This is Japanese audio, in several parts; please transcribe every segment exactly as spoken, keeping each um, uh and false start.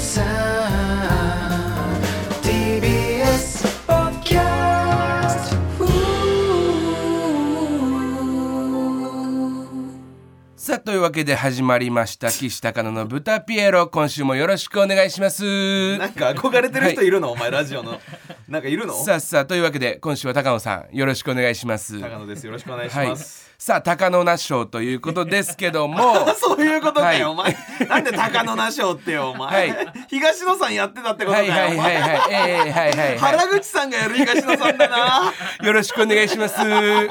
さん ティービーエス ポッドキャスト。 さあというわけで始まりました岸高野の豚ピエロ、今週もよろしくお願いします。 なんか憧れてる人いるの、はい、お前ラジオのなんかいるの。 さあさあというわけで今週は高野さんよろしくお願いします。 高野です、よろしくお願いします、 はい、さあ高野那賞ということですけどもそういうことかよ、 はい、 お前なんで高野那賞ってよお前、はい、東野さんやってたってことかよ、 はいはいはいはい、えー、はいはいはい、 原口さんがやる東野さんだなよろしくお願いします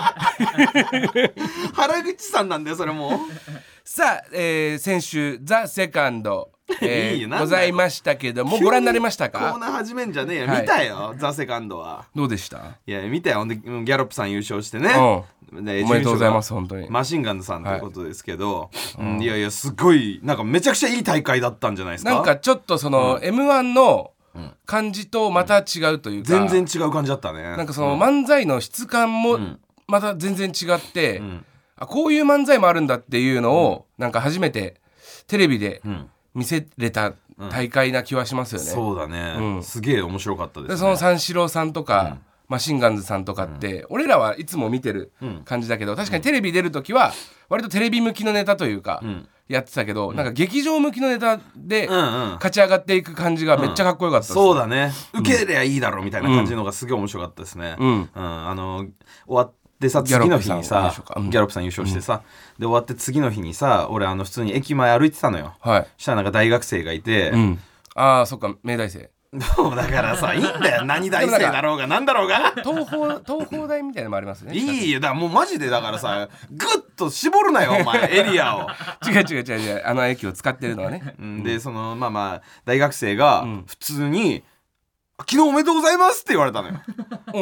原口さんなんだよそれも。 さあ、えー、先週ザ・セカンド、えー、 いいよございましたけどもご覧になりましたか。 コーナー始めんじゃねえよ、 はい、 見たよザ・セカンドは。 どうでした。 いや見たよ。でギャロップさん優勝してね、 うん、おめでとうございます。本当にマシンガンズさんということですけど、はい、うん、いやいやすごいなんかめちゃくちゃいい大会だったんじゃないですか。 なんかちょっとその、うん、エムワン の感じとまた違うというか、 うん、全然違う感じだったね。 なんかその漫才の質感もまた全然違って、うん、あこういう漫才もあるんだっていうのをなんか初めてテレビで見せれた大会な気はしますよね、うん、 そうだね、うん、すげえ面白かったですね。 でその三四郎さんとか、うん、マシンガンズさんとかって、うん、俺らはいつも見てる感じだけど、確かにテレビ出るときは割とテレビ向きのネタというか、うん、やってたけど、うん、なんか劇場向きのネタで勝ち上がっていく感じがめっちゃかっこよかったです、 うんうん、そうだね、受けりゃいいだろみたいな感じのがすげえ面白かったですね、うんうん、あの終わってでさ次の日にさギャロップさん優勝してさ、うん、で終わって次の日にさ俺あの普通に駅前歩いてたのよ、はい、したらなんか大学生がいて、うん、 ああそっか明大生だからさいいんだよ何大生だろうが何だろうが東宝東宝大みたいなのもありますね。 いいよだからもうマジでだからさグッと絞るなよお前エリアを違う違う違う違うあの駅を使ってるのはね、 うん、でそのまあまあ大学生が普通に、うん昨日おめでとうございますって言われたのよ、うん、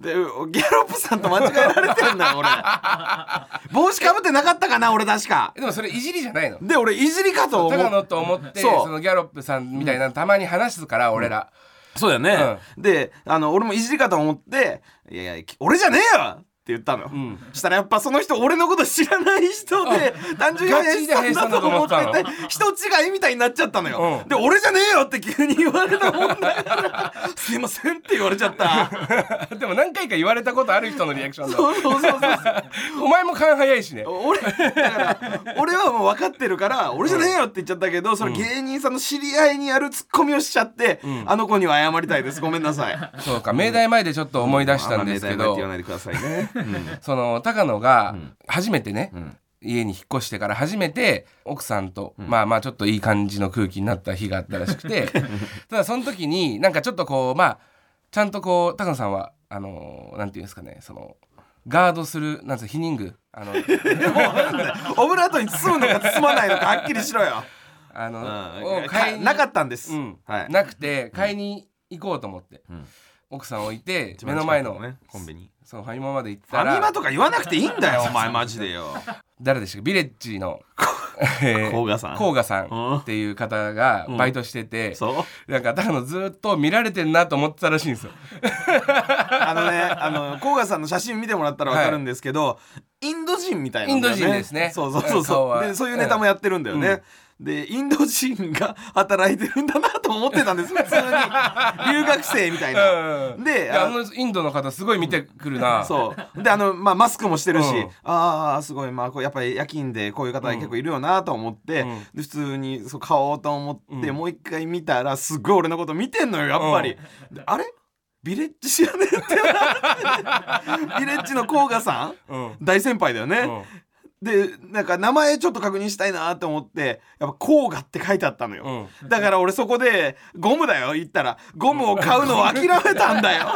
でギャロップさんと間違えられてるんだよ俺帽子かぶってなかったかな俺確か。 でもそれいじりじゃないの。 で俺いじりかと思って高野と思ってそのギャロップさんみたいなのたまに話すから、うん、俺らそうだよね、うん、であの俺もいじりかと思っていやいや俺じゃねえよって言ったのよ、うん、したらやっぱその人俺のこと知らない人で単純に林さんだと思ってて人違いみたいになっちゃったのよ、うん、で俺じゃねえよって急に言われたもんだからすいませんって言われちゃったでも何回か言われたことある人のリアクションだ。 そうそうそうそうお前も勘早いしね。 俺だから俺はもう分かってるから俺じゃねえよって言っちゃったけど、うん、それ芸人さんの知り合いにやるツッコミをしちゃって、うん、あの子には謝りたいですごめんなさい。 そうか明大前でちょっと思い出したんですけど、うん、 明大前って言わないでくださいねうん、 その高野が初めてね、うん、家に引っ越してから初めて奥さんと、うん、まあまあちょっといい感じの空気になった日があったらしくてただその時になんかちょっとこうまあちゃんとこう高野さんはあのなんていうんですかねそのガードするなんて避妊具あのオブラートに包むのか包まないのかはっきりしろよ。 あの、 うん、買いになかったんです、 うんはい、なくて買いに行こうと思って、うん、奥さん置いて目の前の、 ね、コンビニそうファミマまで行ったらファミマとか言わなくていいんだよお前マジでよ。 誰でしたかビレッジの甲賀さん甲賀さんっていう方がバイトしてて、うん、なんか高野ずっと見られてんなと思ってたらしいんですよあのねあの甲賀さんの写真見てもらったら分かるんですけど、はい、インド人みたいなんだよね。 インド人ですね。 そうそうそうそうでそういうネタもやってるんだよね、うんでインド人が働いてるんだなと思ってたんです普通に留学生みたいな、うん、であのインドの方すごい見てくるな、うん、 そうであの、まあ、マスクもしてるし、うん、ああすごい、まあ、こうやっぱり夜勤でこういう方結構いるよなと思って、うん、で普通にそう買おうと思って、うん、もう一回見たらすごい俺のこと見てんのよやっぱり、うん、であれビレッジ知らねえってビレッジの甲賀さん、うん、大先輩だよね、うんでなんか名前ちょっと確認したいなと思ってやっぱ甲賀って書いてあったのよ、うん、だから俺そこでゴムだよ言ったらゴムを買うのを諦めたんだよ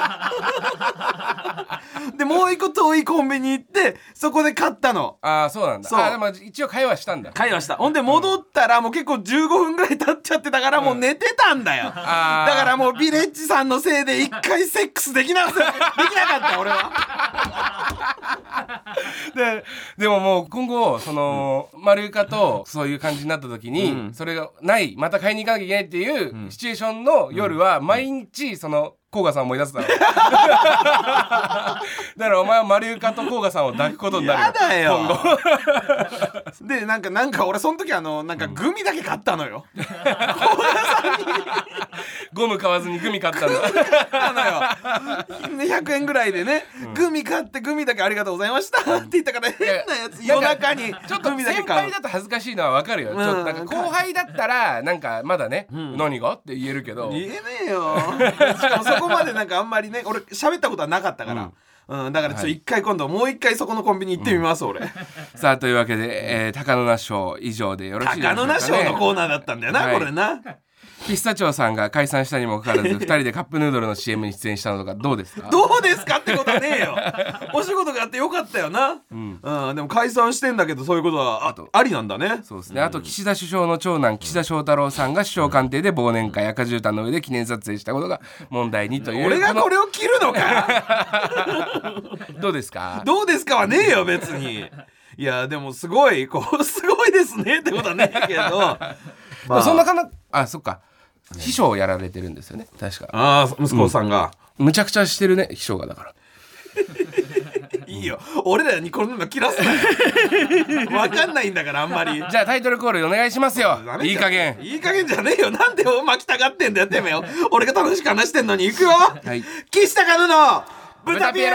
でもう一個遠いコンビニ行ってそこで買ったの。 ああそうなんだ。そうあでも一応会話したんだ。 会話したほんで戻ったらもう結構じゅうごふんぐらい経っちゃってたからもう寝てたんだよ、うん、だからもうビレッジさんのせいで一回セックスできなかったできなかった俺はで, でももう今後その、うん、マルカとそういう感じになった時に、うん、それがないまた買いに行かなきゃいけないっていうシチュエーションの夜は毎日その甲賀さん思い出すだろだからお前はマリウカと甲賀さんを抱くことになるよやだよ今後でなんかなんか俺その時あのなんかグミだけ買ったのよ、 ゴム買わずにグミ買ったんだあのよひゃくえんぐらいでね、うん、グミ買ってグミだけありがとうございましたって言ったから変なやつ夜中にちょっとグミだけ先買う輩だと恥ずかしいのは分かるよ、うん、ちょっとなんか後輩だったらなんかまだね、うん、何がって言えるけど言えねえよしかもそこまでなんかあんまりね俺喋ったことはなかったから、うんうん、だからちょっと一回今度もう一回そこのコンビニ行ってみます、うん、俺さあというわけで、えー、高野那賞以上でよろしいでしょうかね。 高野那賞のコーナーだったんだよな、はい、これな。 ピスタチオさんが解散したにもかかわらずふたりでカップヌードルの シーエム に出演したのとかどうですか？ どうですかってことはねえよお仕事があってよかったよな、うんうん、でも解散してんだけどそういうことは あ, ありなんだね。 そうですね、うん、あと岸田首相の長男岸田翔太郎さんが首相官邸で忘年会赤絨毯の上で記念撮影したことが問題にという。 俺がこれを切るのかどうですか？ どうですかはねえよ別に。いやでもすごいこうすごいですねってことはねえけどまあ、そんなかなあそっか秘書をやられてるんですよね確か。 ああ息子さんが、 うん、むちゃくちゃしてるね秘書がだからいいよ俺らにこのの切らすな分かんないんだからあんまり。 じゃあタイトルコールお願いしますよ。いい加減いい加減じゃねえよ。なんで巻きたがってんだよてめえよ俺が楽しく話してんのに行くよ、はい、岸高野の豚ピエロ。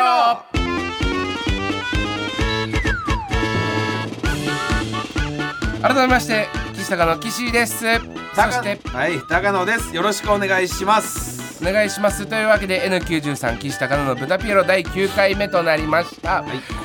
改めまして岸高野岸です。そしてはい高野です。よろしくお願いします。 お願いします。というわけで エヌきゅうじゅうさん 岸高野の豚ピエロだいきゅうかいめとなりました、はい、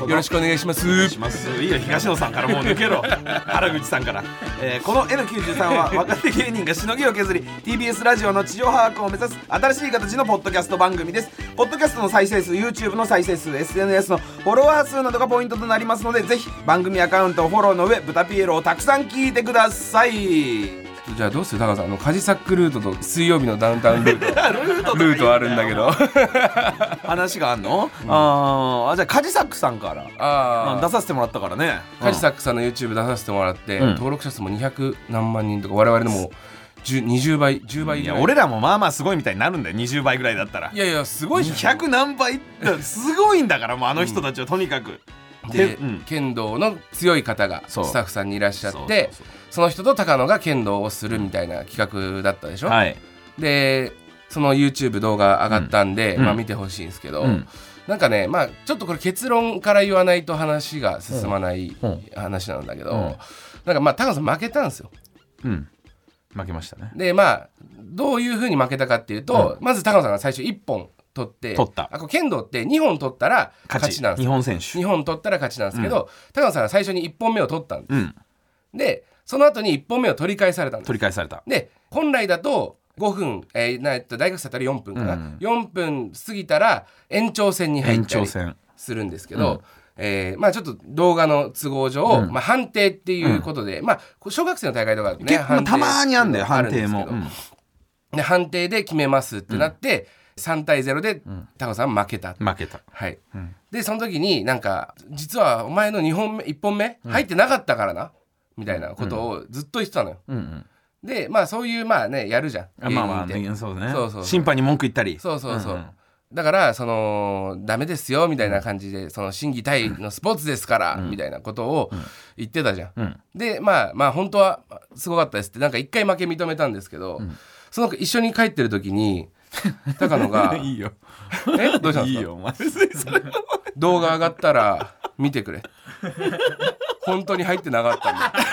よろしくお願いします。 お願いします。いいよ東野さんからもう抜けろ原口さんから、えー、この エヌきゅうじゅうさん は若手芸人がしのぎを削り ティービーエス ラジオの地上把握を目指す新しい形のポッドキャスト番組です。ポッドキャストの再生数 YouTube の再生数 エスエヌエス のフォロワー数などがポイントとなりますのでぜひ番組アカウントをフォローの上豚ピエロをたくさん聞いてください。 じゃあどうする高野さんあのカジサックルートと水曜日のダウンタウンルートルートルートあるんだけど話があんの、うん、あじゃあカジサックさんからあ出させてもらったからね、 うん、カジサックさんの YouTube 出させてもらって、うん、登録者数もにひゃくなんまんにんとか我々でもにじゅうばいじゅうばいぐらい。いや俺らもまあまあすごいみたいになるんだよにじゅうばいぐらいだったら。 いやいやすごいじゃんにひゃくなんばいすごいんだからもうあの人たちはとにかく、 うん、で、うん、剣道の強い方がスタッフさんにいらっしゃってそうそうそうそうその人と高野が剣道をするみたいな企画だったでしょ、はい、でその YouTube 動画上がったんで、うんまあ、見てほしいんですけど、うん、なんかね、まあ、ちょっとこれ結論から言わないと話が進まない話なんだけど、うんうん、なんかまあ高野さん負けたんですよ、 うん、負けましたね。 でまあどういう風に負けたかっていうと、うん、まず高野さんが最初いっぽん取って取ったあこ剣道ってにほん取ったら勝ちなんですよ。 日本選手にほん取ったら勝ちなんですけど、うん、高野さんが最初にいっぽんめを取ったんです、うん、でその後にいっぽんめを取り返されたんです。 取り返された。 で本来だとごふん、えー、な大学生だったらよんぷんかな、うん、よんぷん過ぎたら延長戦に入ったりするんですけど、うんえーまあ、ちょっと動画の都合上、うんまあ、判定っていうことで、うんまあ、小学生の大会とかね判定たまにあるんだよ判定も、うん、 で判定で決めますってなって、うん、さんたいゼロで高野さん負けた負けた、 はいうん、でその時になんか実はお前のにほんめいっぽんめ入ってなかったからな、うんみたいなことをずっと言ってたのよ、うんうん、でまあそういうまあねやるじゃんあまあまあ、ね、そうねそうそう審判に文句言ったりそうそうそう、うんうん、だからそのダメですよみたいな感じでその心技体のスポーツですから、うん、みたいなことを言ってたじゃん、うん、でまあまあ本当はすごかったですってなんか一回負け認めたんですけど、うん、その一緒に帰ってる時に高野がいいよえどうしたんですか。いいよお前動画上がったら見てくれ本当に入ってなかったんだ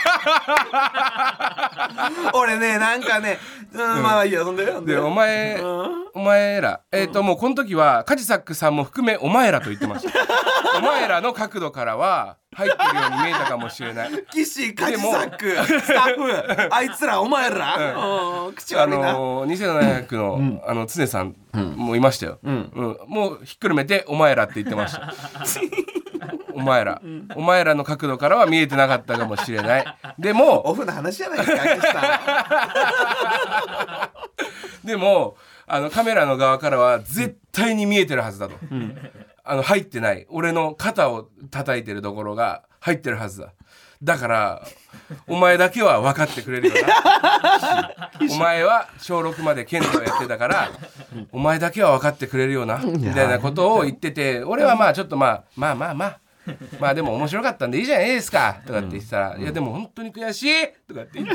俺ねなんかね、うん、まあいいやそんででお前、うん、お前らえっ、ー、ともうこの時はカジサックさんも含めお前らと言ってましたお前らの角度からは入ってるように見えたかもしれない岸カジサックスタッフあいつらお前ら、うん、口悪いな、 あのー、にせんななひゃくの、うん、あの常さんもいましたよ、うんうん、もうひっくるめてお前らって言ってましたお前ら、うん、お前らの角度からは見えてなかったかもしれない。でもオフの話じゃないですか岸さんでもあのカメラの側からは絶対に見えてるはずだと、うん、あの入ってない俺の肩を叩いてるところが入ってるはずだ。だからお前だけは分かってくれるよなお前は小ろくまで剣道やってたからお前だけは分かってくれるよなみたいなことを言ってて、俺はまあちょっとまあまあまあまあまあでも面白かったんでいいじゃないですかとかって言ってたら、うん、いやでも本当に悔しいとかって言って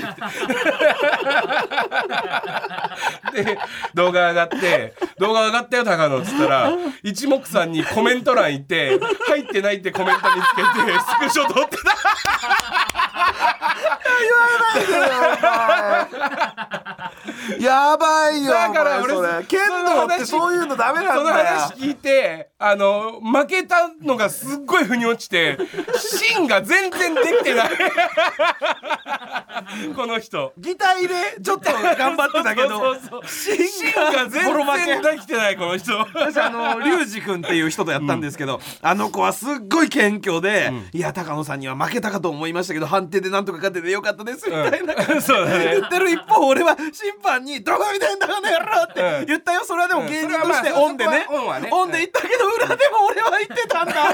てで動画上がって動画上がったよ高野っつったら一目散にコメント欄行って入ってないってコメントにつけてスクショ撮ってた言わないでよやばいよ。だから俺それ剣道ってそういうのダメなんだよ。 その話聞いてあの負けたのがすっごい腑に落ちて芯が全然できてないこの人擬態でちょっと頑張ってたけど芯が全然できてないこの人。 私あのリュウジ君っていう人とやったんですけど、うん、あの子はすっごい謙虚で、うん、いや高野さんには負けたかと思いましたけど判定でなんとか勝ててよかったですみたいな、うん、そうだね、言ってる一方俺は審判にどこ見てんだこの野郎って言ったよ。それはでも芸人としてオンでね、オンで言ったけど裏でも俺は言ってたんだ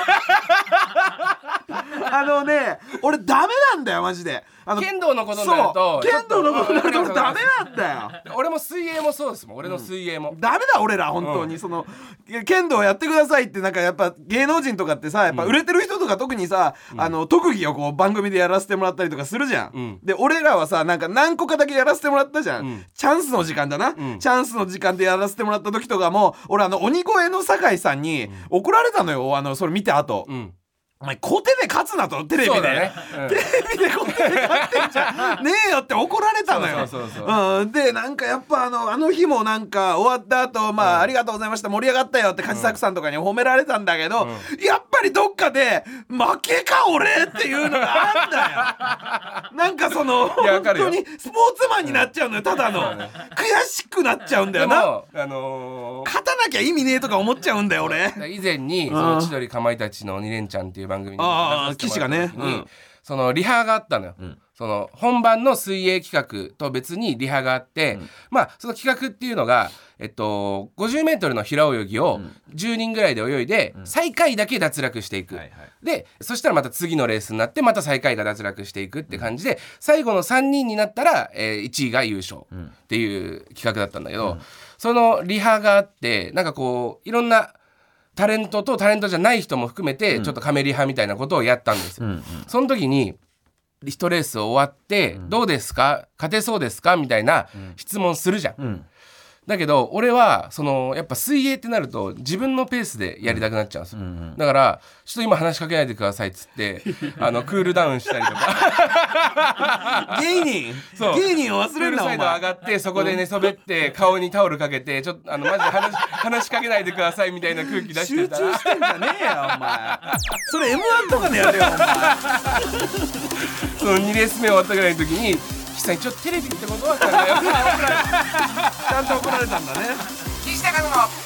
あのね俺ダメなんだよマジで。あの剣道のことになると剣道のことになるとダメなんだよ。 俺も水泳もそうですもん。俺の水泳も、 うん、ダメだ俺ら本当に、うん、その剣道やってくださいってなんかやっぱ芸能人とかってさやっぱ売れてる人とか特にさ、うん、あの特技をこう番組でやらせてもらったりとかするじゃん、うん、で俺らはさなんか何個かだけやらせてもらったじゃん、うん、チャンスの時間だな、うん、チャンスの時間でやらせてもらった時とかも俺あの鬼越の酒井さんに怒られたのよ。あのそれ見て後、うん、お前小手で勝つなとテレビで、ねうん、テレビで小手で勝ってんじゃねえよって怒られたのよ。でなんかやっぱあのあの日もなんか終わった後まあ、うん、ありがとうございました盛り上がったよって梶作さんとかに褒められたんだけど、うん、やっぱりどっかで負けか俺っていうのがあんだよなんかその本当にスポーツマンになっちゃうのよただの、うん、悔しくなっちゃうんだよな。あのー、勝たなきゃ意味ねえとか思っちゃうんだよ俺。 以前にその千鳥かまいたちのに連チャンっていう番組にあ岸がね、うん、 そのリハがあったのよ、うん、その本番の水泳企画と別にリハがあって、うん、まあその企画っていうのが、えっと、ごじゅうメートルの平泳ぎをじゅうにんぐらいで泳いで、うん、最下位だけ脱落していく、はいはい、でそしたらまた次のレースになってまた最下位が脱落していくって感じで、うん、最後のさんにんになったら、えー、いちいが優勝っていう企画だったんだけど、うん、そのリハがあってなんかこういろんなタレントとタレントじゃない人も含めてちょっとカメリハみたいなことをやったんですよ、うんうん、その時にいちレース終わって、うん、どうですか勝てそうですかみたいな質問するじゃん、うん、だけど俺はそのやっぱ水泳ってなると自分のペースでやりたくなっちゃうんですよ、うんうん、だからちょっと今話しかけないでくださいっつってあのクールダウンしたりとか芸人そう芸人を忘れるなお前。 プールサイド上がってそこで寝そべって顔にタオルかけてちょっとあのマジで話, 話しかけないでくださいみたいな空気出してたら集中してんじゃねえよお前それ エムワン とかでやれよお前そのにレース目終わったぐらいの時に岸さん一応テレビってことは考えよちゃんと怒られたんだね。 岸高野の渡辺野郎。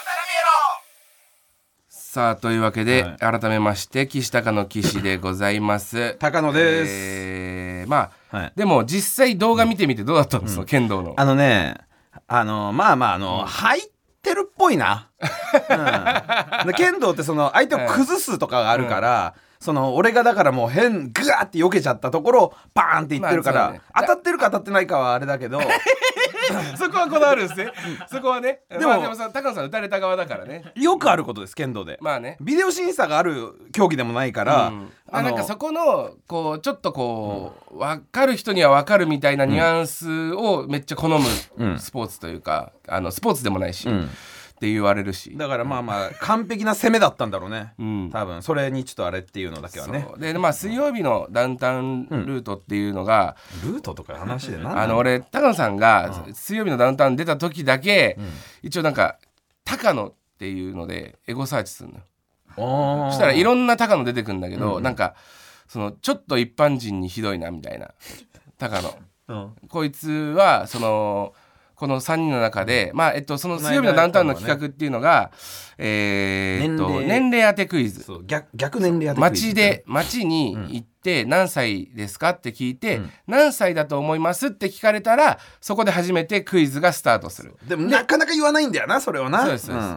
さあというわけで、はい、改めまして岸高野岸でございます高野です、 えー、まあ、はい、でも実際動画見てみてどうだったんですか、うん、剣道の。 あのねあのまあまああの、うん、入ってるっぽいな、うん、剣道ってその相手を崩すとかがあるから、はいうんその俺がだからもう変グワーって避けちゃったところをバーンっていってるから、まあね、当たってるか当たってないかはあれだけどそこはこだわるんですねそこはねでも、まあ、でもさ高野さん打たれた側だからねよくあることです剣道で。まあねビデオ審査がある競技でもないから、うん、 あなんかそこのこうちょっとこう、うん、分かる人には分かるみたいなニュアンスをめっちゃ好むスポーツというか、うん、あのスポーツでもないし、うんって言われるしだからまあまあ完璧な攻めだったんだろうね、うん、多分それにちょっとあれっていうのだけはね。 でまあ水曜日のダウンタウンルートっていうのが、 うん、ルートとか話で何あの俺高野さんが水曜日のダウンタウン出た時だけ、うん、一応なんか高野っていうのでエゴサーチするのよ。そしたらいろんな高野出てくるんだけど、うん、なんかそのちょっと一般人にひどいなみたいな高野、うん、こいつはそのこのさんにんの中で、まあえっと、その水曜日のダウンタウンの企画っていうのが、えー、っと年齢当てクイズ。 そう 逆, 逆年齢当てクイズ。 街で街に行って何歳ですかって聞いて、うん、何歳だと思いますって聞かれたらそこで初めてクイズがスタートする。 でもなかなか言わないんだよなそれをな。 そうですそうです、うん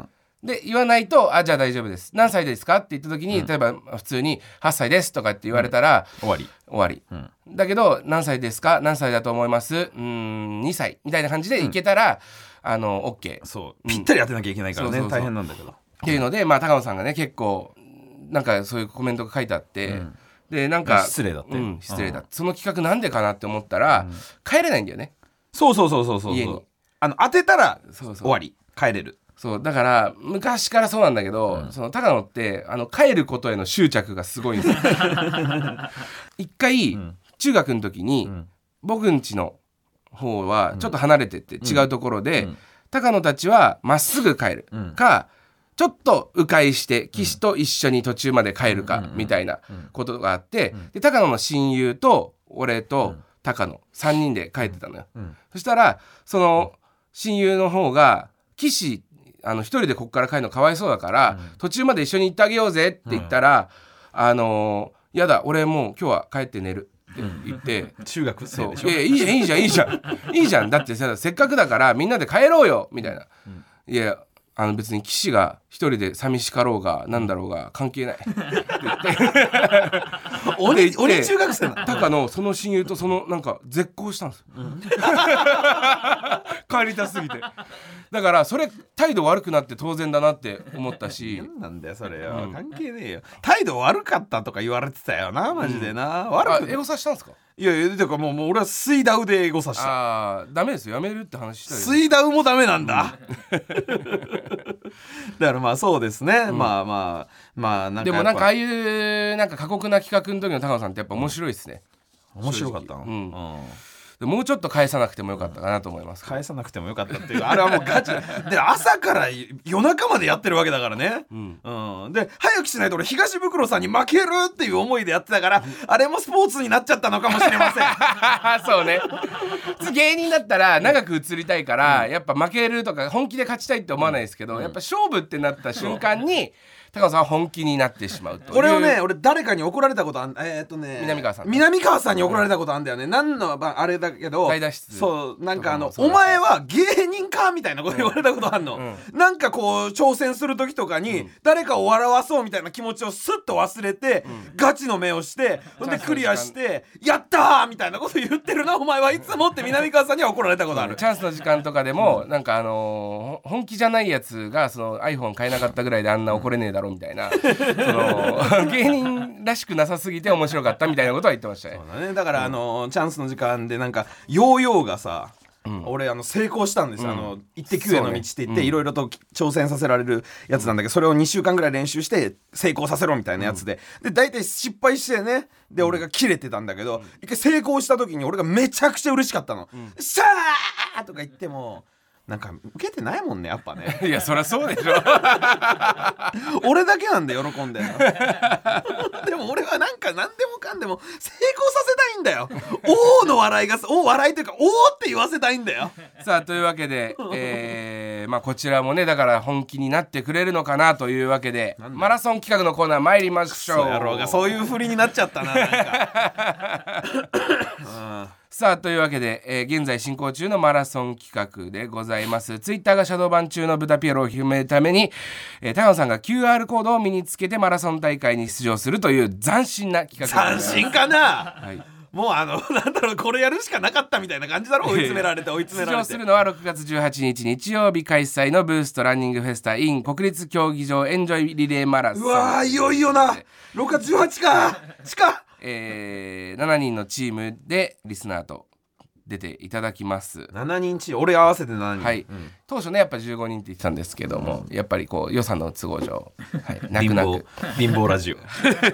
で言わないとあじゃあ大丈夫です何歳ですかって言った時に、うん、例えば普通にはっさいですとかって言われたら、 うん、終わり終わり、うん、だけど何歳ですか何歳だと思いますうーんにさいみたいな感じでいけたら、うん、あの OK そうぴったり当てなきゃいけないからね、そうそうそう大変なんだけどっていうので、まあ、高野さんがね結構なんかそういうコメントが書いてあって、うん、でなんか失礼だって、 うん、失礼だってその企画なんでかなって思ったら、うん、帰れないんだよねそうそうそうそうそう家にあの当てたら終わり帰れるそうだから昔からそうなんだけど、うん、その高野ってあの帰ることへの執着がすごいんですよ一回、うん、中学の時に、うん、僕ん家の方はちょっと離れてって違うところで、うん、高野たちはまっすぐ帰る、うん、かちょっと迂回して岸と一緒に途中まで帰るか、うん、みたいなことがあって、うん、で高野の親友と俺と高野さんにんで帰ってたのよ、うん、そしたらその親友の方が岸あの一人でここから帰るのかわいそうだから、うん、途中まで一緒に行ってあげようぜって言ったら、うん、あのー、やだ俺もう今日は帰って寝るって言って、 うん、中学生でしょいやいいじゃんいいじゃんいいじゃんいいじゃんだってさせっかくだからみんなで帰ろうよみたいな、うん、いやあの別に岸が一人で寂しかろうがなんだろうが関係ないって言って俺俺中学生なの高野その親友とそのなんか絶交したんですよ、うん、帰りたすぎてだからそれ態度悪くなって当然だなって思ったし何なんだよそれよ、うん、関係ねえよ態度悪かったとか言われてたよなマジでな、うん、悪くエゴサしたんですかいやいやだからもう、もう俺は水ダウでエゴサしたああダメですよやめるって話したよ水ダウもダメなんだ、うん、だからまあそうですね、うん、まあまあまあなんかでもなんかああいうなんか過酷な企画の時の高野さんってやっぱ面白いですね、 うん、面白かったの、 うんうんもうちょっと返さなくてもよかったかなと思います、 返さなくてもよかったっていうかあれはもうガチで朝から夜中までやってるわけだからね、うんうん、で早くしないと俺東袋さんに負けるっていう思いでやってたからあれもスポーツになっちゃったのかもしれませんそうね芸人だったら長く映りたいから、うん、やっぱ負けるとか本気で勝ちたいって思わないですけど、うん、やっぱ勝負ってなった瞬間に高野さんは本気になってしまうという。 俺をね俺誰かに怒られたことあんえー、っとね南川さん南川さんに怒られたことあんだよね何のあれだけど代打室そうなんかあのお前は芸人かみたいなこと言われたことあんの、うんうん、なんかこう挑戦する時とかに、うん、誰かを笑わそうみたいな気持ちをスッと忘れて、うん、ガチの目をしてほんでクリアしてやったーみたいなこと言ってるなお前はいつもって南川さんには怒られたことある、うん、 チャンスの時間とかでも、うん、なんかあのー、本気じゃないやつがその iPhone 買えなかったぐらいであんな怒れねえだろみたいなその芸人らしくなさすぎて面白かったみたいなことは言ってましたね。 そうだねだから、うん、あのチャンスの時間でなんかヨーヨーがさ、うん、俺あの成功したんですよ、うん、あのイッテ Q への道って言っていろいろと挑戦させられるやつなんだけど、それをにしゅうかんぐらい練習して成功させろみたいなやつで、うん、で大体失敗してねで俺がキレてたんだけど、うん、一回成功した時に俺がめちゃくちゃ嬉しかったの、うん、シャーとか言ってもなんか受けてないもんねやっぱねいやそりゃそうでしょ俺だけなんで喜んでんのでも俺はなんか何でもかんでも成功させたいんだよ王の笑いがお笑いというかおーって言わせたいんだよさあというわけで、えーまあ、こちらもねだから本気になってくれるのかなというわけでマラソン企画のコーナー参りましょう。 クソ野郎がそういう振りになっちゃったななんかさあというわけで、えー、現在進行中のマラソン企画でございます。ツイッターがシャドーバン中のブタピエロを広めるために、えー、高野さんが キューアール コードを身につけてマラソン大会に出場するという斬新な企画で斬新かな、はい、もうあのなんだろうこれやるしかなかったみたいな感じだろ追い詰められて追い詰められて出場するのはろくがつじゅうはちにち日曜日開催のブーストランニングフェスタ in 国立競技場エンジョイリレーマラソン。 うわーいよいよなろくがつじゅうはちかしか、 えー、しちにんのチームでリスナーと出ていただきます。 しちにんチーム俺合わせてしちにん、 はい、うん、当初ねやっぱじゅうごにんって言ってたんですけども、うん、やっぱりこう予算の都合上、はい、泣く泣く貧乏ラジオ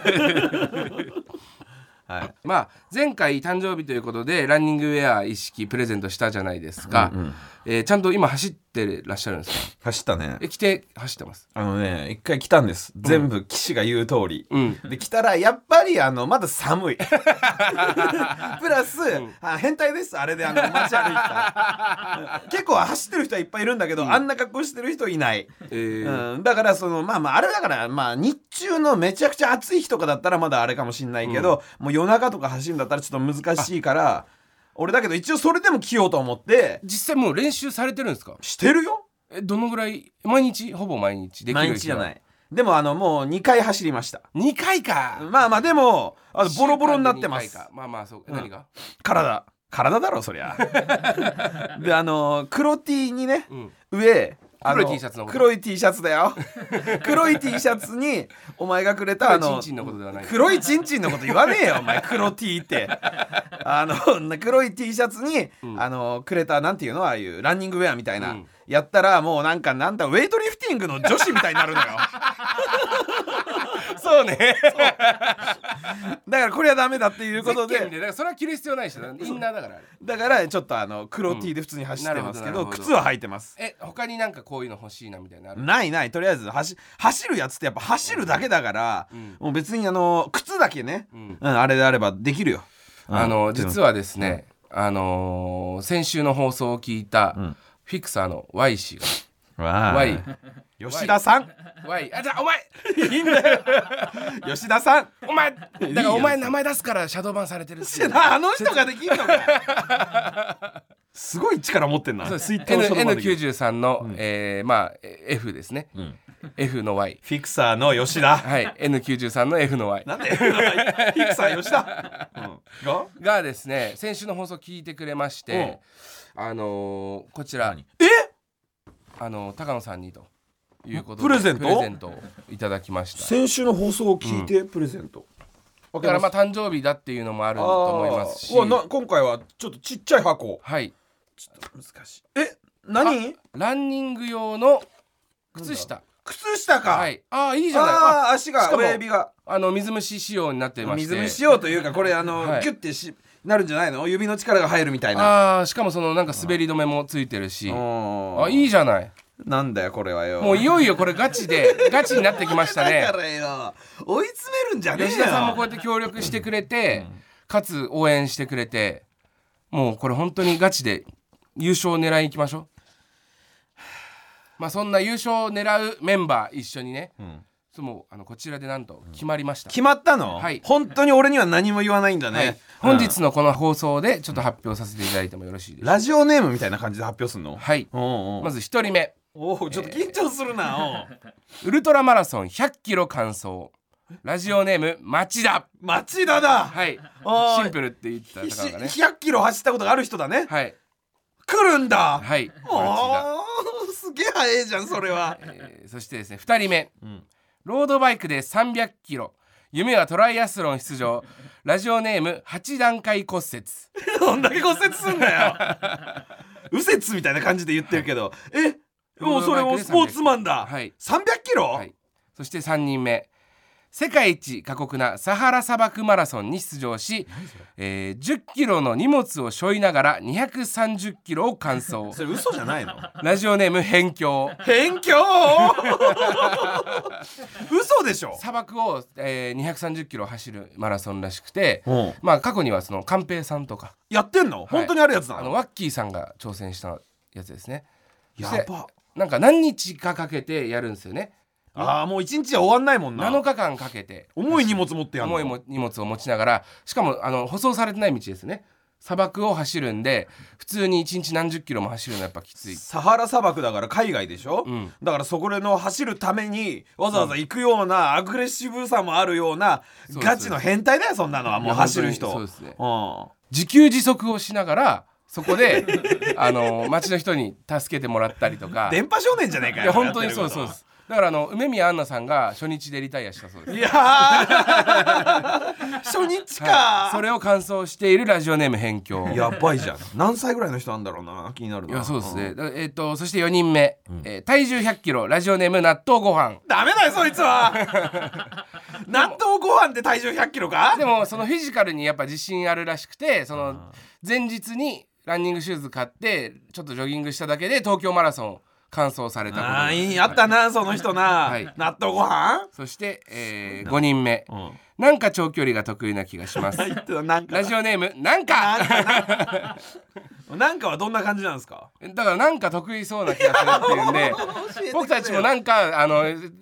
はい、まあ前回誕生日ということでランニングウェア一式プレゼントしたじゃないですか、うんうん、えー、ちゃんと今走ってらっしゃるんですか？ 走ったね。 え来て走ってます。 あのね一回来たんです、うん、全部岸が言う通り、うん、で来たらやっぱりあのまだ寒いプラス、うん、あ変態ですあれであの街歩いてたら結構走ってる人はいっぱいいるんだけど、うん、あんな格好してる人いない、えーうん、だからそのまあまああれだからまあ日中のめちゃくちゃ暑い日とかだったらまだあれかもしんないけど、うん、もう夜中とか走るんだったらちょっと難しいから俺だけど一応それでも着ようと思って。 実際もう練習されてるんですか？ してるよ。 えどのぐらい毎日ほぼ毎日できる日は毎日じゃない。でもあのもうにかい走りました。 にかいか。 まあまあでもあのボロボロになってます。 いっしゅうかんでにかいかまあまあそう、 うん何が体体だろそりゃであの黒 T にね、 うん、 上あの黒い T シャツのこと黒い T シャツだよ黒い T シャツにお前がくれたあの黒いチンチンのことではない。 黒いチンチンのこと言わねえよお前黒 T ってあの黒い T シャツに、うん、あのくれたなんていうのああいうランニングウェアみたいな、うん、やったらもうなんかなんだウェイトリフティングの女子みたいになるのよそうねそうだからこれはダメだっていうことで、 だからそれは着る必要ないしインナーだからだからちょっとあの黒 T で普通に走ってますけど、うん、靴は履いてます。 え他になんかこういうの欲しいなみたいなある？ ないないとりあえず走走るやつってやっぱ走るだけだから、うん、もう別にあの靴だけね、うんうん、あれであればできるよ。 あの実はですね、うん、あのー、先週の放送を聞いた、うん、フィクサーの Y 氏が Y 吉田さん Y あじゃあお前いいんだよ吉田さんお前だからお前名前出すからシャドーバンされてるってあの人ができんのかすごい力持ってんな。 エヌきゅうじゅうさん の、うんえー、まあ F ですね、うん、F の Y フィクサーの吉田はい エヌきゅうじゅうさん の F の Y なんで F の Y フィクサー吉田、うん、ががですね先週の放送聞いてくれまして、うん、あのー、こちらえあの高野さんにということでプレゼントプレゼントをいただきました。 先週の放送を聞いて、うん、プレゼントだからまあ誕生日だっていうのもあると思いますしうわな今回はちょっとちっちゃい箱はいちょっと難しいえ何ランニング用の靴下靴下かはいああいいじゃないああ足が親指があの水虫仕様になってまして水虫仕様というかこれあの、はい、ギュッてしなるんじゃないの指の力が入るみたいなあしかもそのなんか滑り止めもついてるしあいいじゃないなんだよこれはよもういよいよこれガチでガチになってきましたねだからよ追い詰めるんじゃねえよ吉田さんもこうやって協力してくれて、うん、かつ応援してくれてもうこれ本当にガチで優勝を狙いに行きましょうまあそんな優勝を狙うメンバー一緒にね、うんそのあのこちらでなんと決まりました、うん、 決まったの、 はい、 本当に俺には何も言わないんだね、はい、 本日のこの放送でちょっと発表させていただいてもよろしいですか。 ラジオネームみたいな感じで発表するの。 はいおうおうまずひとりめおおちょっと緊張するな、えー、ウルトラマラソンひゃっキロ完走ラジオネーム町田町田だはいシンプルって言った高野がねひゃっキロ走ったことがある人だねはい来るんだはいおすげえ早いじゃんそれは、 えー、そしてですねふたりめ、うんロードバイクでさんびゃっキロ夢はトライアスロン出場ラジオネームはちだんかい骨折どんだけ骨折すんだよ右折みたいな感じで言ってるけど、はい、えもうそれもスポーツマンだ、はい、さんびゃっキロ、はい、 そしてさんにんめ世界一過酷なサハラ砂漠マラソンに出場し、えー、じゅっキロの荷物を背負いながらにひゃくさんじゅっキロを完走それ嘘じゃないのラジオネーム辺境辺境嘘でしょ砂漠を、えー、にひゃくさんじゅっキロ走るマラソンらしくて、うん、まあ過去にはその寛平さんとかやってんの、はい、本当にあるやつなの。 あのワッキーさんが挑戦したやつですね。 やばなんか何日かかけてやるんですよね。 ああもう一日じゃ終わんないもんな。 なのかかんかけて重い荷物持ってやるの。 重い荷物を持ちながらしかもあの舗装されてない道ですね。砂漠を走るんで普通にいちにち何十キロも走るのはやっぱきつい。 サハラ砂漠だから海外でしょ、うん、だからそこでの走るためにわざわざ行くようなアグレッシブさもあるようなガチの変態だよそんなのは。もう走る人そうですね、うん、自給自足をしながらそこであの町の人に助けてもらったりとか電波少年じゃねえかよ。 いや本当にそうそうです。だからあの梅宮アンナさんが初日でリタイアしたそうです。 いや初日か、 はい、それを完走しているラジオネーム辺境。 やばいじゃん。何歳ぐらいの人なんだろうな。気になるな。 いやそうですね、うん、えー、とそしてよにんめ、うんえー、体重ひゃっキロラジオネーム納豆ご飯。 ダメだよそいつは納豆ご飯で体重ひゃっキロか。 でもそのフィジカルにやっぱ自信あるらしくてその前日にランニングシューズ買ってちょっとジョギングしただけで東京マラソン完走されたことああいいあったなその人な、はい、納豆ご飯。 そして、えー、ごにんめ、うん、なんか長距離が得意な気がしますラジオネームなんかなんかはどんな感じなんですか。 だからなんか得意そうな気がするっていうんで僕たちもなんかあの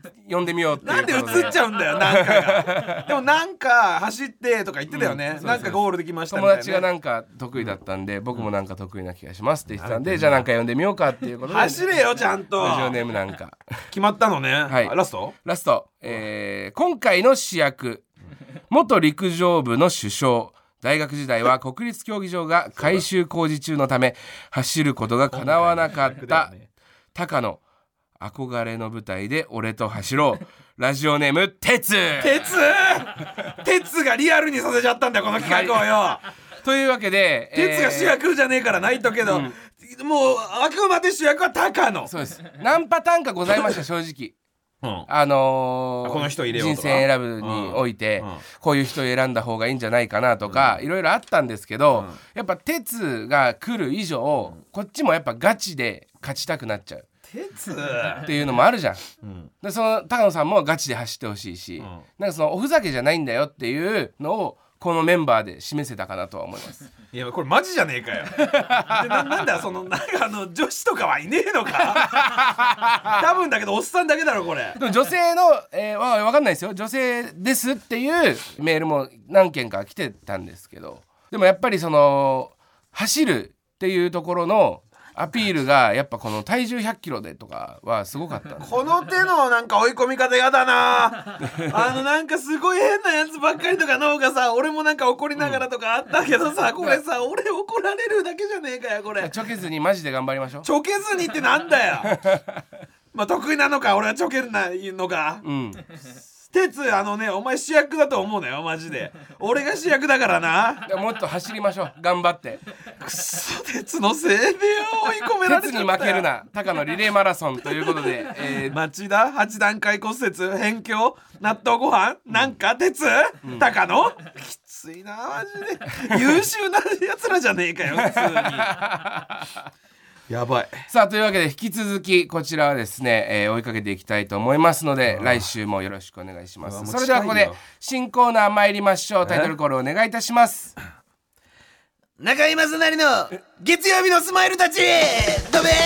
呼んでみようっていうなんで映っちゃうんだよなんかがでもなんか走ってとか言ってたよね、うん、なんかゴールできましたみたいな、ね、 友達がなんか得意だったんで、うん、僕もなんか得意な気がしますって言ってたんで、うん、じゃあなんか呼んでみようかっていうことで走れよちゃんとラジオネームなんか決まったのね、はい、ラストラスト、えー、今回の主役元陸上部の主将、大学時代は国立競技場が改修工事中のため走ることが叶わなかった高野、憧れの舞台で俺と走ろう、ラジオネーム鉄鉄鉄がリアルにさせちゃったんだよこの企画をよ、はい、 というわけで鉄が主役じゃねえからないとけど、うん、もうあくまで主役は高野。 そうです。何パターンかございました正直うん、あのー、 この人入れようとか人選選ぶにおいて、うんうん、こういう人を選んだ方がいいんじゃないかなとか、うん、いろいろあったんですけど、うん、やっぱ鉄が来る以上、うん、こっちもやっぱガチで勝ちたくなっちゃう鉄っていうのもあるじゃん、うん、でその高野さんもガチで走ってほしいし、うん、なんかそのおふざけじゃないんだよっていうのをこのメンバーで示せたかなとは思います。 いやこれマジじゃねえかよで な, なんだそのなんかあの女子とかはいねえのか多分だけどおっさんだけだろこれ。 でも女性の、えー、わ分かんないですよ、女性ですっていうメールも何件か来てたんですけど、でもやっぱりその走るっていうところのアピールがやっぱこの体重ひゃっキロでとかはすごかったこの手のなんか追い込み方やだなあのなんかすごい変なやつばっかりとかの方がさ、俺もなんか怒りながらとかあったけどさ、うん、これさ俺怒られるだけじゃねえかよこれ。 ちょけずにマジで頑張りましょう。 ちょけずにってなんだよまあ得意なのか俺はちょけるのか、うん鉄あのねお前主役だと思うなよマジで俺が主役だからな。 もっと走りましょう頑張って。 くそ鉄のせいでよ追い込められちゃったよ。 鉄に負けるな高野リレーマラソンということで、えー、 町田はち段階骨折辺境納豆ご飯、うん、なんか鉄、うん、高野きついなマジで優秀なやつらじゃねえかよ普通にやばい。 さあというわけで引き続きこちらはですね、えー、追いかけていきたいと思いますので来週もよろしくお願いします。それではここで新コーナー参りましょう。タイトルコールお願いいたします。 中居正成の月曜日のスマイルたちどべ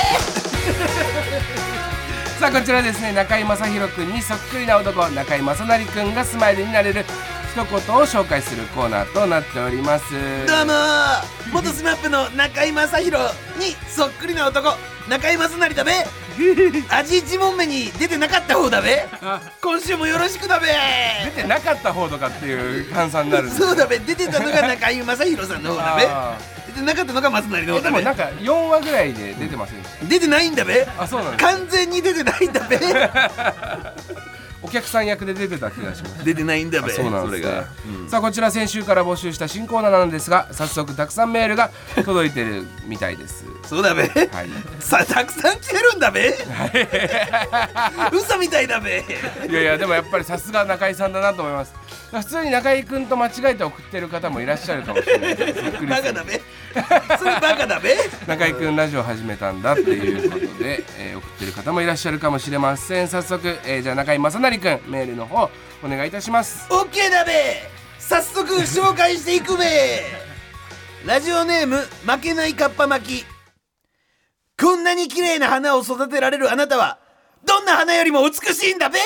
さあこちらですね、中居正広くんにそっくりな男中居正成くんがスマイルになれる一言を紹介するコーナーとなっております。 どうも元スマップの中居正広にそっくりな男中居正成だべ味一問目に出てなかった方だべ今週もよろしくだべ。 出てなかった方とかっていう換算になるんですそうだべ、出てたのが中居正広さんの方だべ出てなかったのが正成の方だべ。 でもなんかよんわぐらいで出てませんでした？ 出てないんだべ。 あ、そうなんです。 完全に出てないんだべお客さん役で出てた気がします。 出てないんだべ。 そうなんですね、うん、さあこちら先週から募集した新コーナーなんですが早速たくさんメールが届いてるみたいです。 そうだべ、はい、さたくさん来てるんだべ嘘みたいだべいやいやでもやっぱりさすが中居さんだなと思います。普通に中居くんと間違えて送ってる方もいらっしゃるかもしれないです。 バカだべそれバカだべ中居くんラジオ始めたんだっていうことで、えー、送ってる方もいらっしゃるかもしれません。早速、えー、じゃあ中居正成くんメールの方お願いいたします。 OK だべ。早速紹介していくべラジオネーム負けないかっぱ巻き。こんなに綺麗な花を育てられるあなたはどんな花よりも美しいんだべ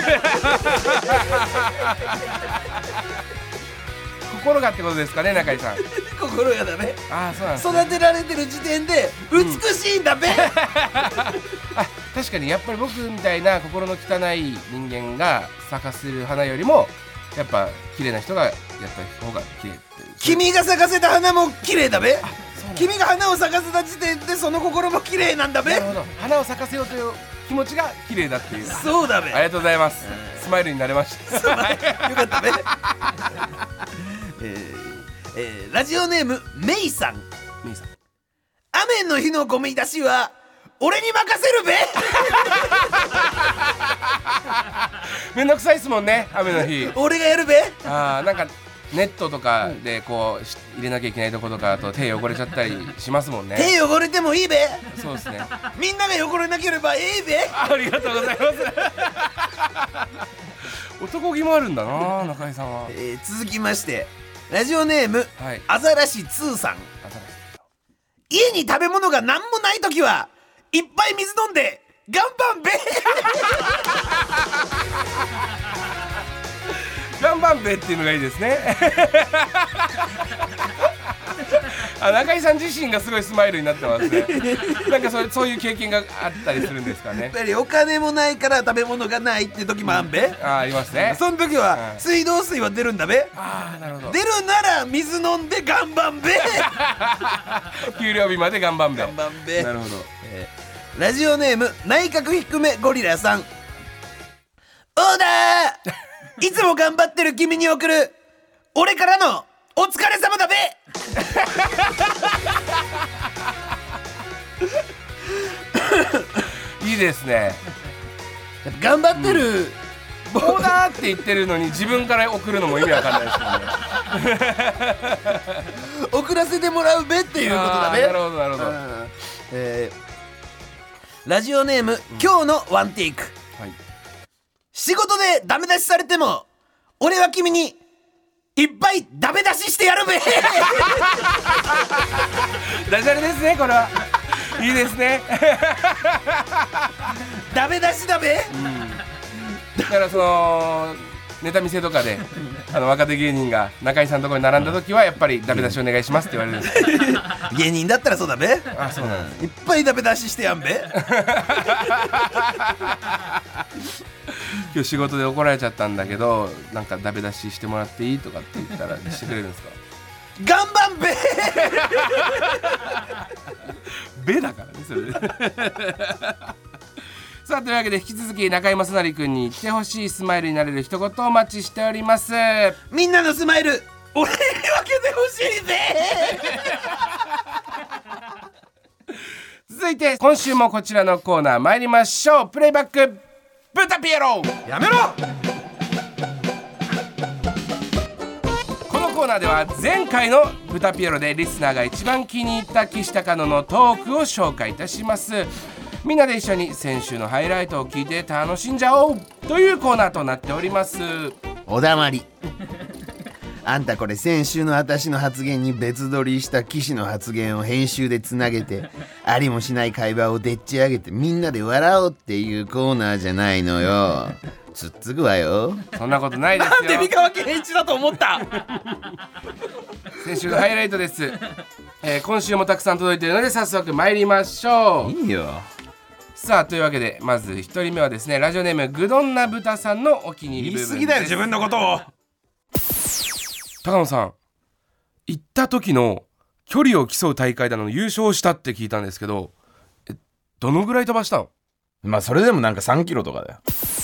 心がってことですかね中居さん心がだべ。 ああそうなんですね、 育てられてる時点で美しいんだべ、うん、 あ確かにやっぱり僕みたいな心の汚い人間が咲かせる花よりもやっぱ綺麗な人がやった方が綺麗っていう。 君が咲かせた花も綺麗だべ。君が花を咲かせた時点でその心も綺麗なんだべ。 なるほど、花を咲かせようという気持ちが綺麗だっていう。 そうだべ。 ありがとうございます、スマイルになれましたよかったべえーえー、ラジオネームメイさん。 メイさん、 雨の日のゴミ出しは俺に任せるべめんどくさいっすもんね雨の日俺がやるべ。 あーなんかネットとかでこう入れなきゃいけないところとかだと手汚れちゃったりしますもんね。 手汚れてもいいべ。 そうですねみんなが汚れなければいいべ。 ありがとうございます男気もあるんだな中居さんは、 えー、続きましてラジオネーム、はい、アザラシツーさん。家に食べ物が何もないときはいっぱい水飲んでガンバンベガンバンベっていうのがいいですねあ、中井さん自身がすごいスマイルになってますねなんか そ, そういう経験があったりするんですかね。 やっぱりお金もないから食べ物がないって時もあんべ、うん、 あ, ありますね。 その時は、うん、水道水は出るんだべ。 あ、なるほど。 出るなら水飲んでガンバンベ給料日までガンバンベ。 ガンバンベ。 なるほど、 えー、ラジオネーム内閣低めゴリラさん。オーダーいつも頑張ってる君に送る俺からのお疲れ様だべいいですね。 やっぱ頑張ってる、うん、 オーダーって言ってるのに自分から送るのも意味わかんないですよね送らせてもらうべっていうことだね。 なるほどなるほど、 えー、ラジオネーム、うん、今日のワンテイク、はい、仕事でダメ出しされても俺は君にいっぱいダメ出ししてやるべダジャレですね、これはいいですねダメ出しだべ、 うん、だからそのネタ見せとかであの若手芸人が中井さんのところに並んだ時はやっぱりダメ出しお願いしますって言われるんです芸人だったらそうだべ。 あ、そうなんです、 いっぱいダメ出ししてやんべ今日仕事で怒られちゃったんだけどなんかダメ出ししてもらっていいとかって言ったらしてくれるんですかガンバンベベだからねそれでさあ、というわけで引き続き中井正成君に言ってほしいスマイルになれる一言お待ちしております。 みんなのスマイル俺に分けてほしいぜ続いて今週もこちらのコーナー参りましょう。プレイバックブタピエロ。 やめろ。 このコーナーでは前回のブタピエロでリスナーが一番気に入った岸高野のトークを紹介いたします。みんなで一緒に先週のハイライトを聞いて楽しんじゃおうというコーナーとなっております。 おだまりあんたこれ先週の私の発言に別撮りした岸の発言を編集でつなげてありもしない会話をでっち上げてみんなで笑おうっていうコーナーじゃないのよ。つっつくわよ。 そんなことないですよ。 なんで三河健一だと思った先週のハイライトです、えー、今週もたくさん届いているので早速参りましょう。 いいよ。 さあ、というわけでまずひとりめはですね、ラジオネームぐどんな豚さんのお気に入り部分です。 言い過ぎだよ自分のことを。 高野さん、行った時の距離を競う大会だの優勝したって聞いたんですけど、えどのぐらい飛ばしたの？ まあそれでもなんかさんキロとかだよ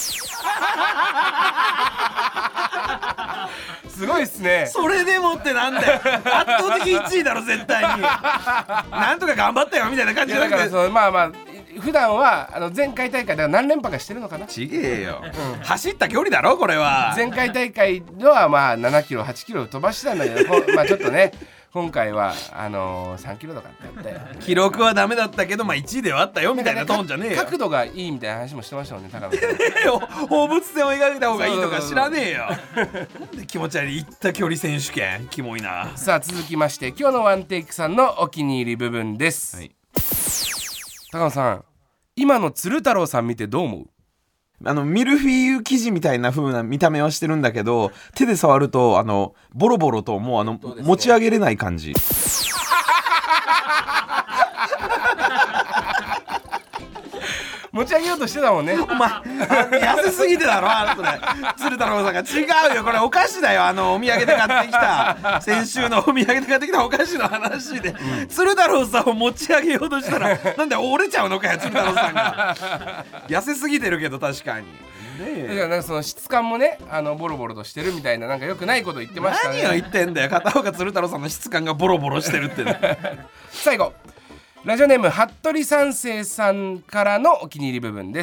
すごいっすね。 それでもってなんだよ圧倒的いちいだろ絶対になんとか頑張ったよみたいな感じじゃなくて。 だからそのまあまあ普段はあの前回大会だから何連覇かしてるのかな。 ちげえよ、うん、走った距離だろこれは。 前回大会のはまあななキロはちキロ飛ばしたんだけどまあちょっとね今回はあのー、さんキロとかってやって記録はダメだったけどまあいちいではあったよみたいなトーンじゃねえよ。 角度がいいみたいな話もしてましたもんね高野さん放物線を描いた方がいいとか知らねえよなんで気持ち悪い行った距離選手権キモいな。 さあ続きまして今日のワンテイクさんのお気に入り部分です、はい、高野さん今の鶴太郎さん見てどう思う？ あのミルフィーユ生地みたいな風な見た目はしてるんだけど手で触るとあのボロボロともうあの、ね、持ち上げれない感じ持ち上げようとしてたもんね。 お前痩せすぎてだろあのそれ鶴太郎さんが。違うよこれお菓子だよ。あのお土産で買ってきた先週のお土産で買ってきたお菓子の話で、うん、鶴太郎さんを持ち上げようとしたらなんで折れちゃうのかよ鶴太郎さんが痩せすぎてるけど確かにね。 だからなんかその質感もねあのボロボロとしてるみたいななんかよくないこと言ってましたね。 何を言ってんだよ片岡鶴太郎さんの質感がボロボロしてるって、ね、 最後ラジオネーム服部三世さんからのお気に入り部分です。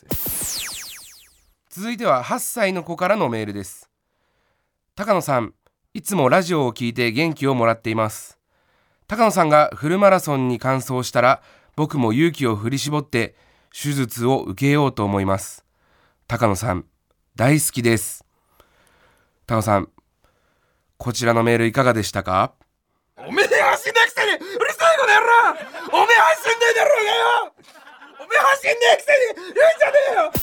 続いてははっさいの子からのメールです。高野さんいつもラジオを聞いて元気をもらっています。高野さんがフルマラソンに完走したら僕も勇気を振り絞って手術を受けようと思います。高野さん大好きです。高野さんこちらのメールいかがでしたか？ おめえ走んなくせにうるさいこの野郎おめえ走んないだろうがよおめえ走んねえくせに言うんじゃねえよ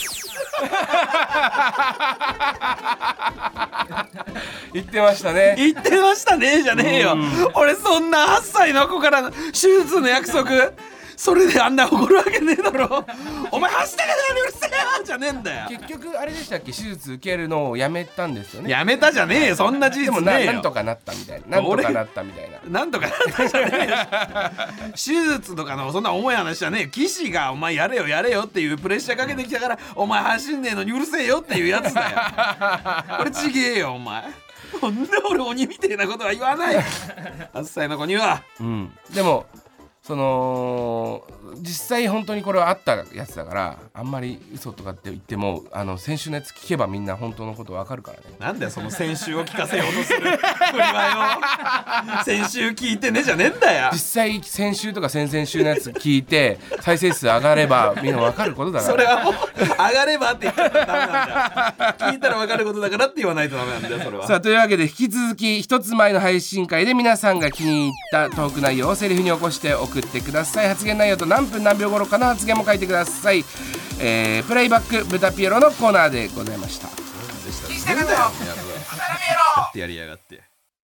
言ってましたね。 言ってましたねじゃねえよ。俺そんなはっさいの子からの手術の約束それであんな怒るわけねえだろお前走ってけどうるせえよじゃねえんだよ。 結局あれでしたっけ、手術受けるのをやめたんですよね。 やめたじゃねえよ、そんな事実でもねえよ。 ななんとかなったみたいな、なんとかなったみたいな、 なんとかなったじゃねえよ手術とかのそんな重い話じゃねえよ。騎士がお前やれよやれよっていうプレッシャーかけてきたからお前走んねえのにうるせえよっていうやつだよこれちげえよお前。こんな俺鬼みてえなことは言わないはっさいの子には。 うん、でもその実際本当にこれはあったやつだからあんまり嘘とかって言ってもあの先週のやつ聞けばみんな本当のこと分かるからね。 なんだよその先週を聞かせようとする振りはよ先週聞いてねじゃねえんだよ。 実際先週とか先々週のやつ聞いて再生数上がればみんな分かることだからそれはもう上がればって言っちゃダメなんだよ聞いたら分かることだからって言わないとダメなんだよそれは。 さあというわけで引き続き一つ前の配信会で皆さんが気に入ったトーク内容をセリフに起こして送ってください。発言内容と何分何秒頃かの発言も書いてください。えー、プレイバック豚ピエロのコーナーでございました。 岸田君とやってやりやがって。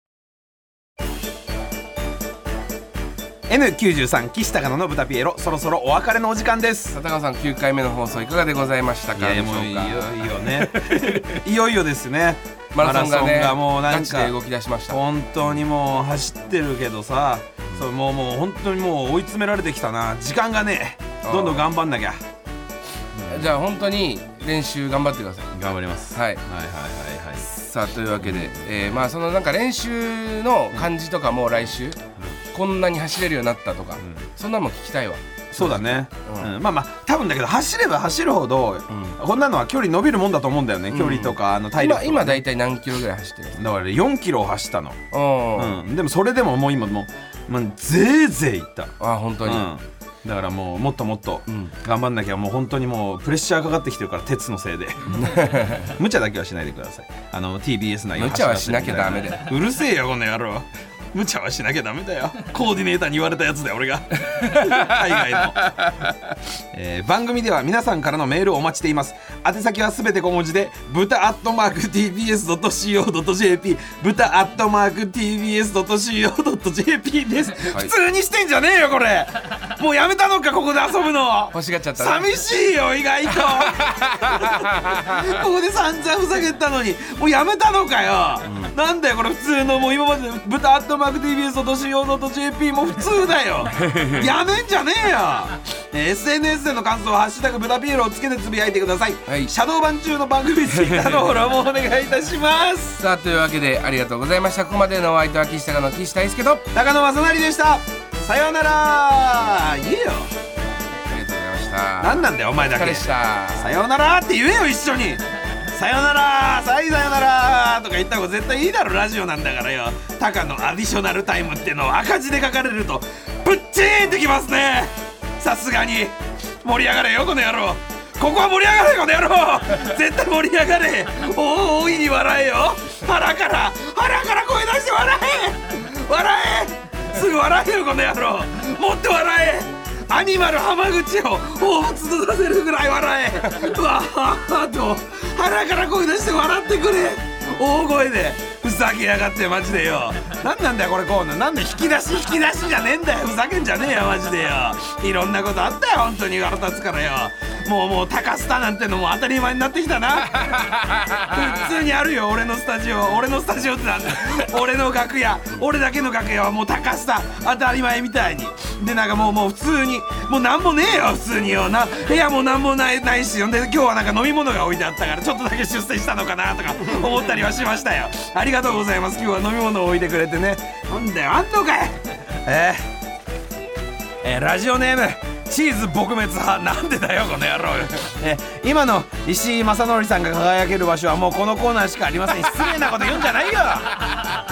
エヌきゅうじゅうさん 岸高野の豚ピエロ、そろそろお別れのお時間です。 高野さんきゅうかいめの放送いかがでございましたか。 いやもういよいよねいよいよですね。 マラソンがねマラソンがもうなんガチかで動き出しました。 本当にもう走ってるけどさ、そうもうもう本当にもう追い詰められてきたな。時間がねどんどん頑張んなきゃ。 じゃあ本当に練習頑張ってください。 頑張ります。 はい、 はいはいはいはい。 さあというわけで、えー、まあそのなんか練習の感じとかも来週、うん、こんなに走れるようになったとか、うん、そんなのも聞きたいわ。 そうだね、 うんうん、まあまあ多分だけど走れば走るほど、うん、こんなのは距離伸びるもんだと思うんだよね、うん、距離とかあの体力とか、ね、 今だいたい何キロぐらい走ってる。 だからよんキロを走ったの、 うん、 でもそれでももう今もう、まあ、ぜいぜいいった。 あ本当に、うん、 だからもうもっともっと頑張んなきゃ。もう本当にもうプレッシャーかかってきてるから鉄のせいで無茶だけはしないでください。あの ティービーエス 内容無茶はしなきゃダメだよ。 うるせえよこの野郎無茶はしなきゃダメだよ。コーディネーターに言われたやつだよ俺が海外の、えー、番組では皆さんからのメールをお待ちしています。宛先はすべて小文字で豚アットマーク ティービーエスドットシーオードットジェーピー 豚アットマーク ティービーエスドットシーオードットジェーピー です、はい、普通にしてんじゃねえよこれもうやめたのかここで遊ぶの。 欲しがっちゃった、ね、 寂しいよ意外とここで散々ふざけたのにもうやめたのかよ、うん、なんだよこれ普通のもう今まで豚アットマーク ティービーエスドットシーオードットジェーピー も普通だよやめんじゃねえよ。エスエヌエス での感想はハッシュタグ豚ピエロをつけてつぶやいてください、はい、シャドー版中の番組ツイッターのフォローもお願いいたしますさあというわけでありがとうございました。ここまでのお相手は岸高の岸大輔と高野正成でした。さようなら。言えよ。 ありがとうございました。 何なんだよお前だけ。 お疲れした。 さようならって言えよ一緒に。さよならさいさよならとか言った方が絶対いいだろ。ラジオなんだからよ。タカのアディショナルタイムっていうのを赤字で書かれるとぶっちーんってきますね。さすがに盛り上がれよこの野郎。ここは盛り上がれこの野郎絶対盛り上がれ。大いに笑えよ。腹から腹から声出して笑え笑えすぐ笑えよこの野郎。もっと笑え。アニマル浜口を彷彿とさせるぐらい笑えうわーっと腹から声出して笑ってくれ。大声でふざけやがってマジでよ。なんなんだよこれコーナー。なんで引き出し引き出しじゃねえんだよ。ふざけんじゃねえよマジでよ。いろんなことあったよ本当に腹立つからよ。もうもうタカスタなんてのも当たり前になってきたな普通にあるよ俺のスタジオ。俺のスタジオってなんだ俺の楽屋俺だけの楽屋はもうタカスタ当たり前みたいにでなんかもうもう普通にもうなんもねえよ普通によな。部屋もなんもないないしほんで今日はなんか飲み物が置いてあったからちょっとだけ出世したのかなとか思ったりはしましたよ。ありがとうございます。今日は飲み物を置いてくれてね。なんだよあんのかい。えー、えー、ラジオネームチーズ撲滅派。なんでだよこの野郎え今の石井正則さんが輝ける場所はもうこのコーナーしかありません。失礼なこと言うんじゃないよ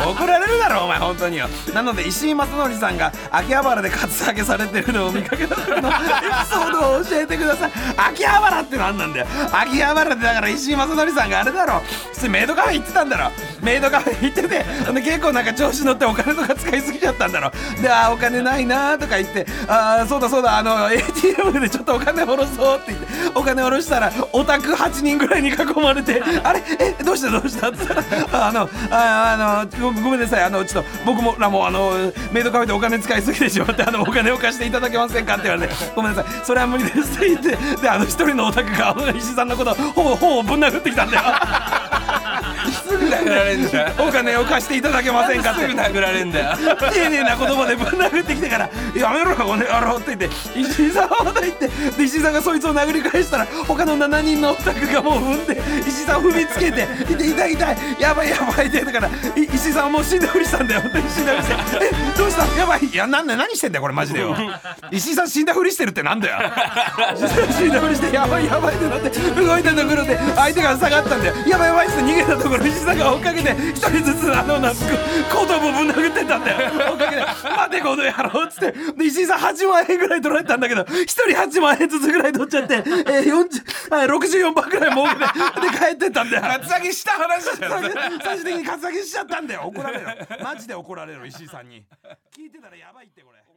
怒られるだろお前本当によ。なので石井正則さんが秋葉原でカツアゲされてるのを見かけた時のエピソードを教えてください。秋葉原って何なんだよ。秋葉原ってだから石井正則さんがあれだろ、普通メイドカフェ行ってたんだろ。メイドカフェ行っててで結構なんか調子乗ってお金とか使いすぎちゃったんだろ。であーお金ないなーとか言って、あーそうだそうだあの エーティーエム でちょっとお金下ろそうって言ってお金下ろしたらオタクはちにんぐらいに囲まれてあれえどうしたどうしたって言ったらあのああの ご, ごめんなさいあのちょっと僕もらもあのメイドカフェでお金使いすぎてしまってあのお金を貸していただけませんかって言われてごめんなさいそれは無理ですって言ってであの一人のオタクが石井さんのことをほぼほぼぶん殴ってきたんだよすぐ殴られんだよお金を貸していただけませんかってすぐ殴られんだよ丁寧な言葉でぶん殴ってきてからやめろよこの野郎って言って石井さんはまた言ってで石井さんがそいつを殴り返したら他のしちにんのオタクがもう踏んで石井さんを踏みつけて痛い痛い痛いやばいやばいってだから石井さんはもう死んだふりしたんだよって死んだふりしてえどうしたやばいいやなんだ何してんだよこれマジでよ石井さん死んだふりしてるってなんだよ死んだふりしてやばいやばいってなって動いたところで相手が下がったんだよやばいやばいって逃げたところ石井さんが追っかけて一人ずつあのなんか後頭部ぶん殴ってたんだよ追っかけて待てこの野郎っつってで石井さんはちまんえんぐらい取られたんだけど一人はちまんえんずつぐらい取っちゃって、えー、よんじゅうあろくじゅうよんパーセントぐらい儲けてで帰ってったんだよカツアゲした話じゃん最終的にカツアゲしちゃったんだよ怒られろマジで怒られろ石井さんに聞いてたらやばいってこれ。